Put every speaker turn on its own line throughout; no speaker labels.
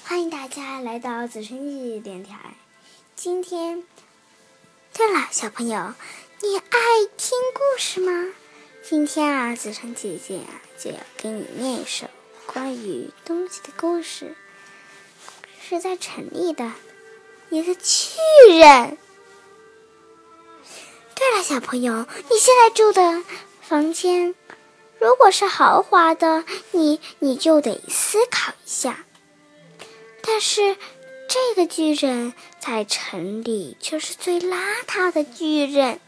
欢迎大家来到子琛姐姐电台。今天，对了，小朋友，你爱听故事吗？今天子琛姐姐就要给你念一首关于东西的故事，是在城里的一个巨人。对了，小朋友，你现在住的房间如果是豪华的，你就得思考一下。但是这个巨人在城里却是最邋遢的巨人。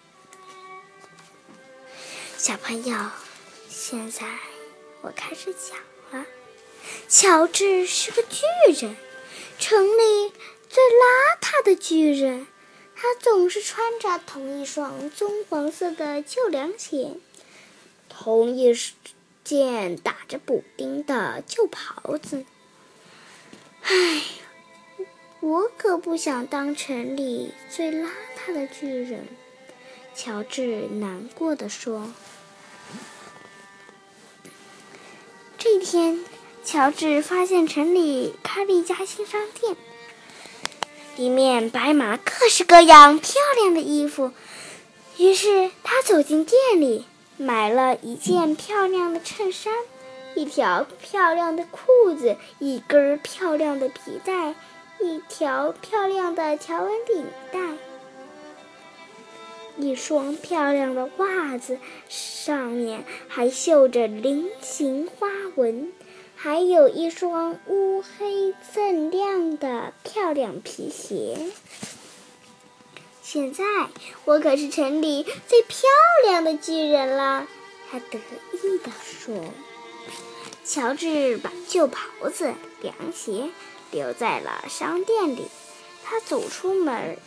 小朋友，现在我开始讲了。乔治是个巨人，城里最邋遢的巨人。他总是穿着同一双棕黄色的旧凉鞋，同一件打着补丁的旧袍子。唉，我可不想当城里最邋遢的巨人，乔治难过地说。这天，乔治发现城里开了一家新商店，里面摆满了各式各样漂亮的衣服。于是他走进店里，买了一件漂亮的衬衫，一条漂亮的裤子，一根漂亮的皮带，一条漂亮的条纹领带，一双漂亮的袜子，上面还绣着菱形花纹，还有一双乌黑锃亮的漂亮皮鞋。现在我可是城里最漂亮的巨人了，他得意地说。乔治把旧袍子、凉鞋留在了商店里。他走出门，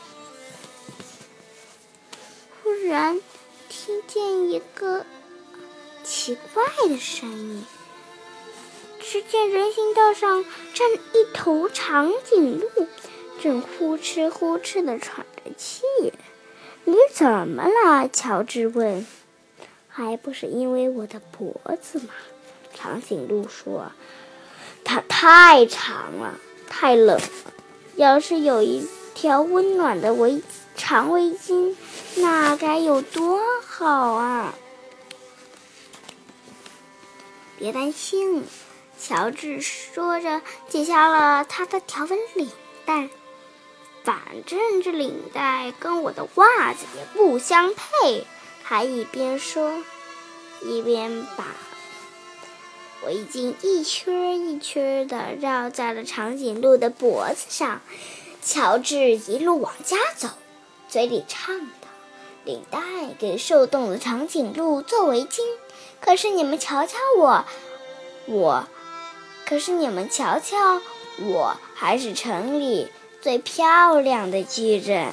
忽然听见一个奇怪的声音。只见人行道上站着一头长颈鹿，正呼哧呼哧地喘着气。你怎么了？乔治问。还不是因为我的脖子吗？长颈鹿说，它太长了，太冷了，要是有一条温暖的长围巾，那该有多好啊！别担心，乔治说着解下了他的条纹领带，反正这领带跟我的袜子也不相配。还一边说，一边把围巾一圈一圈地绕在了长颈鹿的脖子上。乔治一路往家走，嘴里唱道：领带给受冻的长颈鹿做围巾，可是你们瞧瞧我还是城里最漂亮的巨人。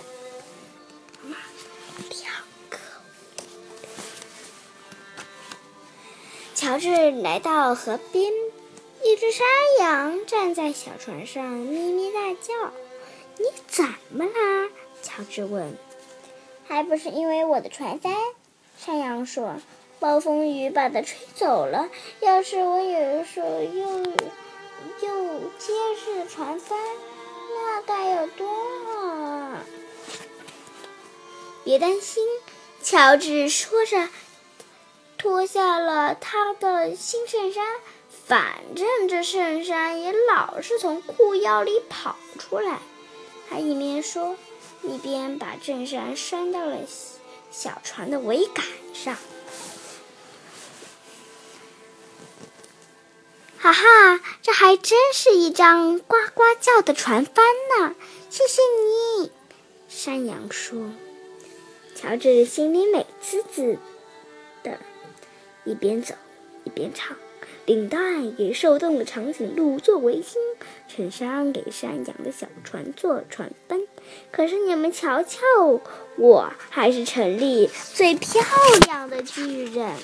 乔治来到河边，一只山羊站在小船上咪咪大叫。你怎么啦？乔治问。还不是因为我的船帆，山羊说，暴风雨把它吹走了，要是我有一手又结实的船帆，那该有多好啊！别担心，乔治说着脱下了他的新衬衫，反正这衬衫也老是从裤腰里跑出来。他一面说，一边把衬衫拴到了小船的桅杆上。哈哈，这还真是一张呱呱叫的船帆呢！谢谢你，山羊说。乔治心里美滋滋的，一边走一边唱，领带给受冻的长颈鹿做围巾，衬衫给山羊的小船做船帆，可是你们瞧瞧，我还是城里最漂亮的巨人。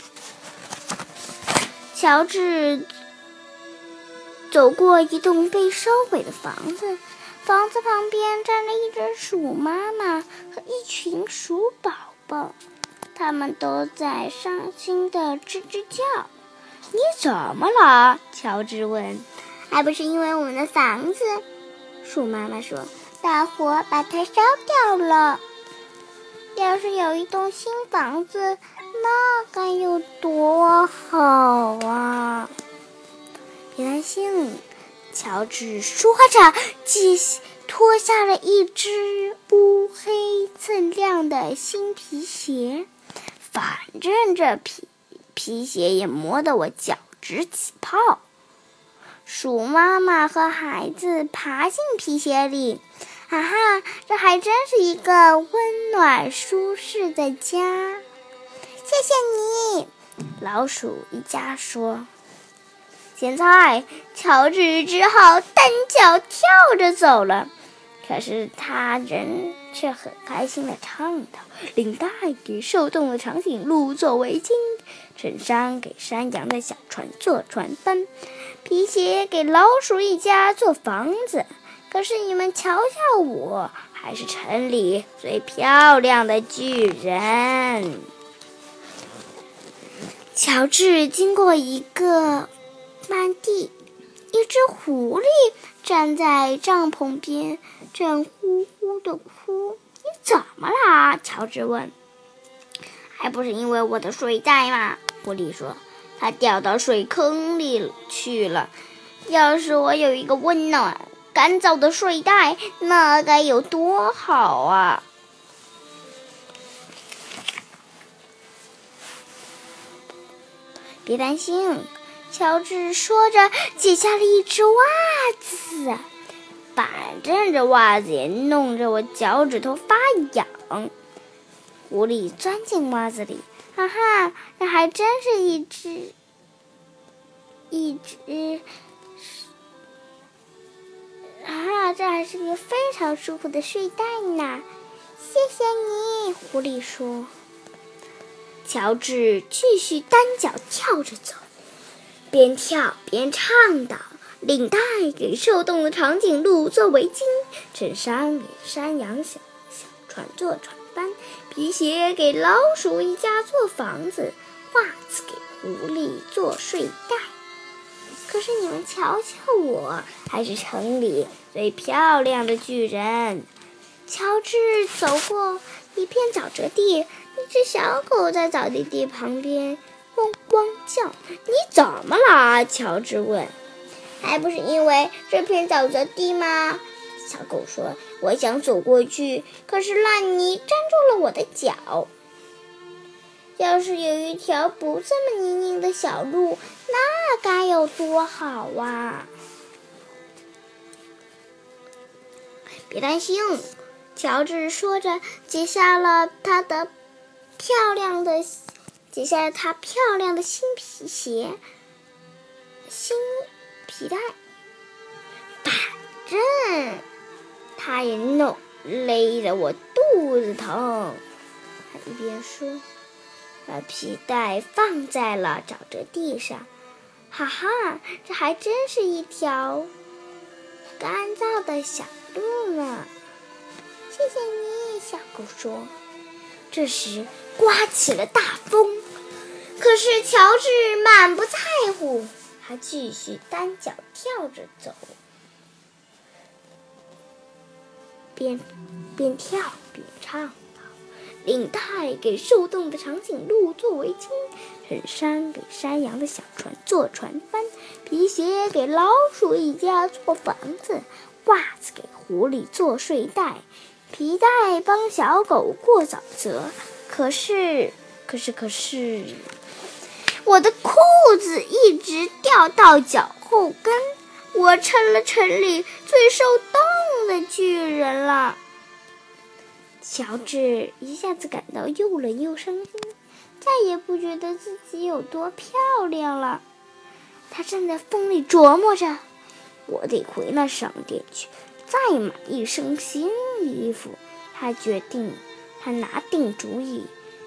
乔治走过一栋被烧毁的房子，房子旁边站着一只鼠妈妈和一群鼠宝宝，他们都在伤心地吱吱叫。你怎么了？乔治问。 还不是因为我们的房子。鼠妈妈说，大火把它烧掉了。要是有一栋新房子，那该有多好啊！别担心，乔治说着，脱下了一只乌黑锃亮的新皮鞋。反正这皮鞋也磨得我脚直起泡。鼠妈妈和孩子爬进皮鞋里，哈哈，这还真是一个温暖舒适的家。谢谢你，老鼠一家说。现在乔治只好单脚跳着走了，可是他人却很开心地唱道：领带给受冻的长颈鹿做围巾，衬衫给山羊的小船做船帆，皮鞋给老鼠一家做房子。可是你们瞧瞧我，还是城里最漂亮的巨人。乔治经过一个麦地，一只狐狸站在帐篷边，正呼呼地哭。你怎么啦？乔治问。还不是因为我的睡袋吗？狐狸说，它掉到水坑里去了。要是我有一个温暖干燥的睡袋，那该有多好啊！别担心，乔治说着解下了一只袜子。反正这袜子也弄着我脚趾头发痒。狐狸钻进袜子里，哈哈，这还真是一只这还是个非常舒服的睡袋呢。谢谢你，狐狸说。乔治继续单脚跳着走，边跳边唱道：领带给受冻的长颈鹿做围巾，衬衫给山羊小船做船帆，皮鞋给老鼠一家做房子，袜子给狐狸做睡袋。可是你们瞧瞧我，还是城里最漂亮的巨人。乔治走过一片沼泽地，一只小狗在沼地地旁边汪汪叫。你怎么啦？乔治问。还不是因为这片沼泽地吗？小狗说，我想走过去，可是烂泥粘住了我的脚。要是有一条不这么泥泞的小路，那该有多好啊！别担心，乔治说着，解下了他漂亮的新皮鞋、新皮带。反正他也勒得我肚子疼。他一边说，把皮带放在了沼泽地上。哈哈，这还真是一条干燥的小路呢。谢谢你，小狗说。这时刮起了大风，可是乔治满不在乎，他继续单脚跳着走，边跳边唱。领带给受冻的长颈鹿做围巾，衬衫给山羊的小船做船帆，皮鞋给老鼠一家做房子，袜子给狐狸做睡袋，皮带帮小狗过沼泽。可是，我的裤子一直掉到脚后跟，我成了城里最受冻的巨人了。乔治一下子感到又冷又伤心，再也不觉得自己有多漂亮了。他正在风里琢磨着，我得回那商店去，再买一身新衣服。他拿定主意，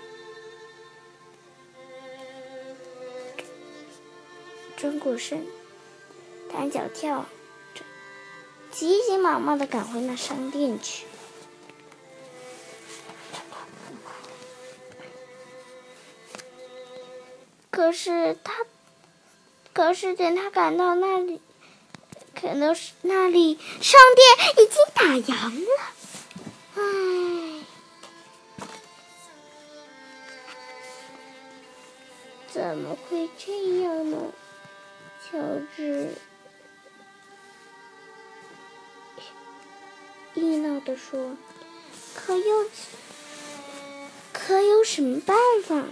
转过身，单脚跳着，急急忙忙地赶回那商店去。可是等他赶到那里， 可能是那里商店已经打烊了。唉，怎么会这样呢？乔治意闹地说，可有什么办法？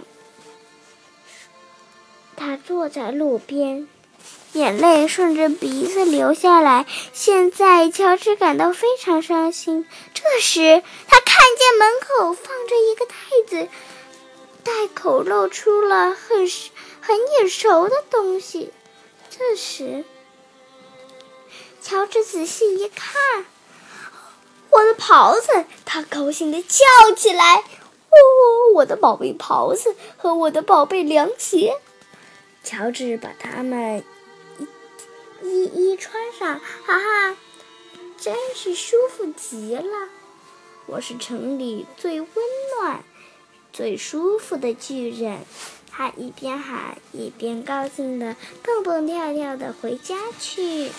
他坐在路边，眼泪顺着鼻子流下来。现在乔治感到非常伤心。这时他看见门口放着一个袋子，袋口露出了很眼熟的东西。这时乔治仔细一看，我的袍子！他高兴地叫起来，哦，我的宝贝袍子和我的宝贝凉鞋。乔治把它们一一穿上，哈哈，真是舒服极了。我是城里最温暖、最舒服的巨人。他一边喊一边高兴地蹦蹦跳跳地回家去。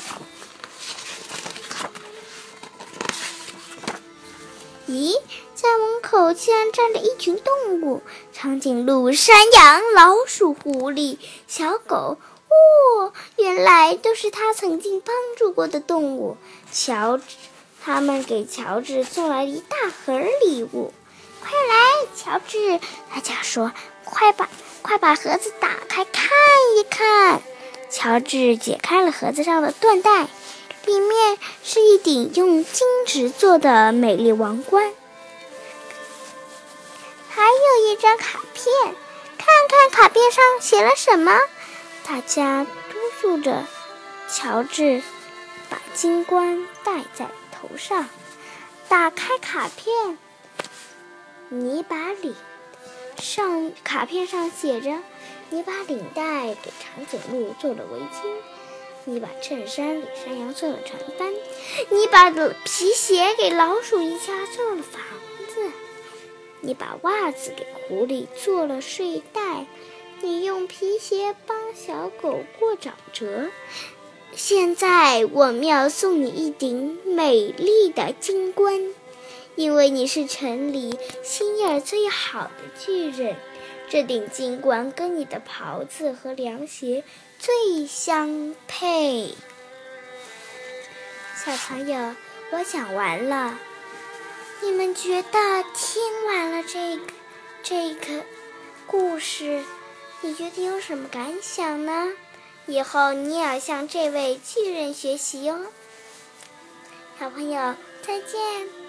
咦，在门口竟然站着一群动物，长颈鹿、山羊、老鼠、狐狸、小狗。哦，原来都是他曾经帮助过的动物。他们给乔治送来一大盒礼物。快来，乔治！大家说，快把盒子打开看一看。乔治解开了盒子上的缎带，里面是一顶用金纸做的美丽王冠，还有一张卡片。看看卡片上写了什么？大家督促着乔治把金冠戴在头上。打开卡片，卡片上写着：你把领带给长颈鹿做了围巾，你把衬衫给山羊做了床单，你把皮鞋给老鼠一家做了房子，你把袜子给狐狸做了睡袋，你用皮鞋帮小狗过掌辙。现在我们要送你一顶美丽的金冠，因为你是城里心眼最好的巨人。这顶金冠跟你的袍子和凉鞋最相配。小朋友，我讲完了，你们觉得听完了这个故事，你觉得有什么感想呢？以后你也要向这位巨人学习哦。小朋友，再见。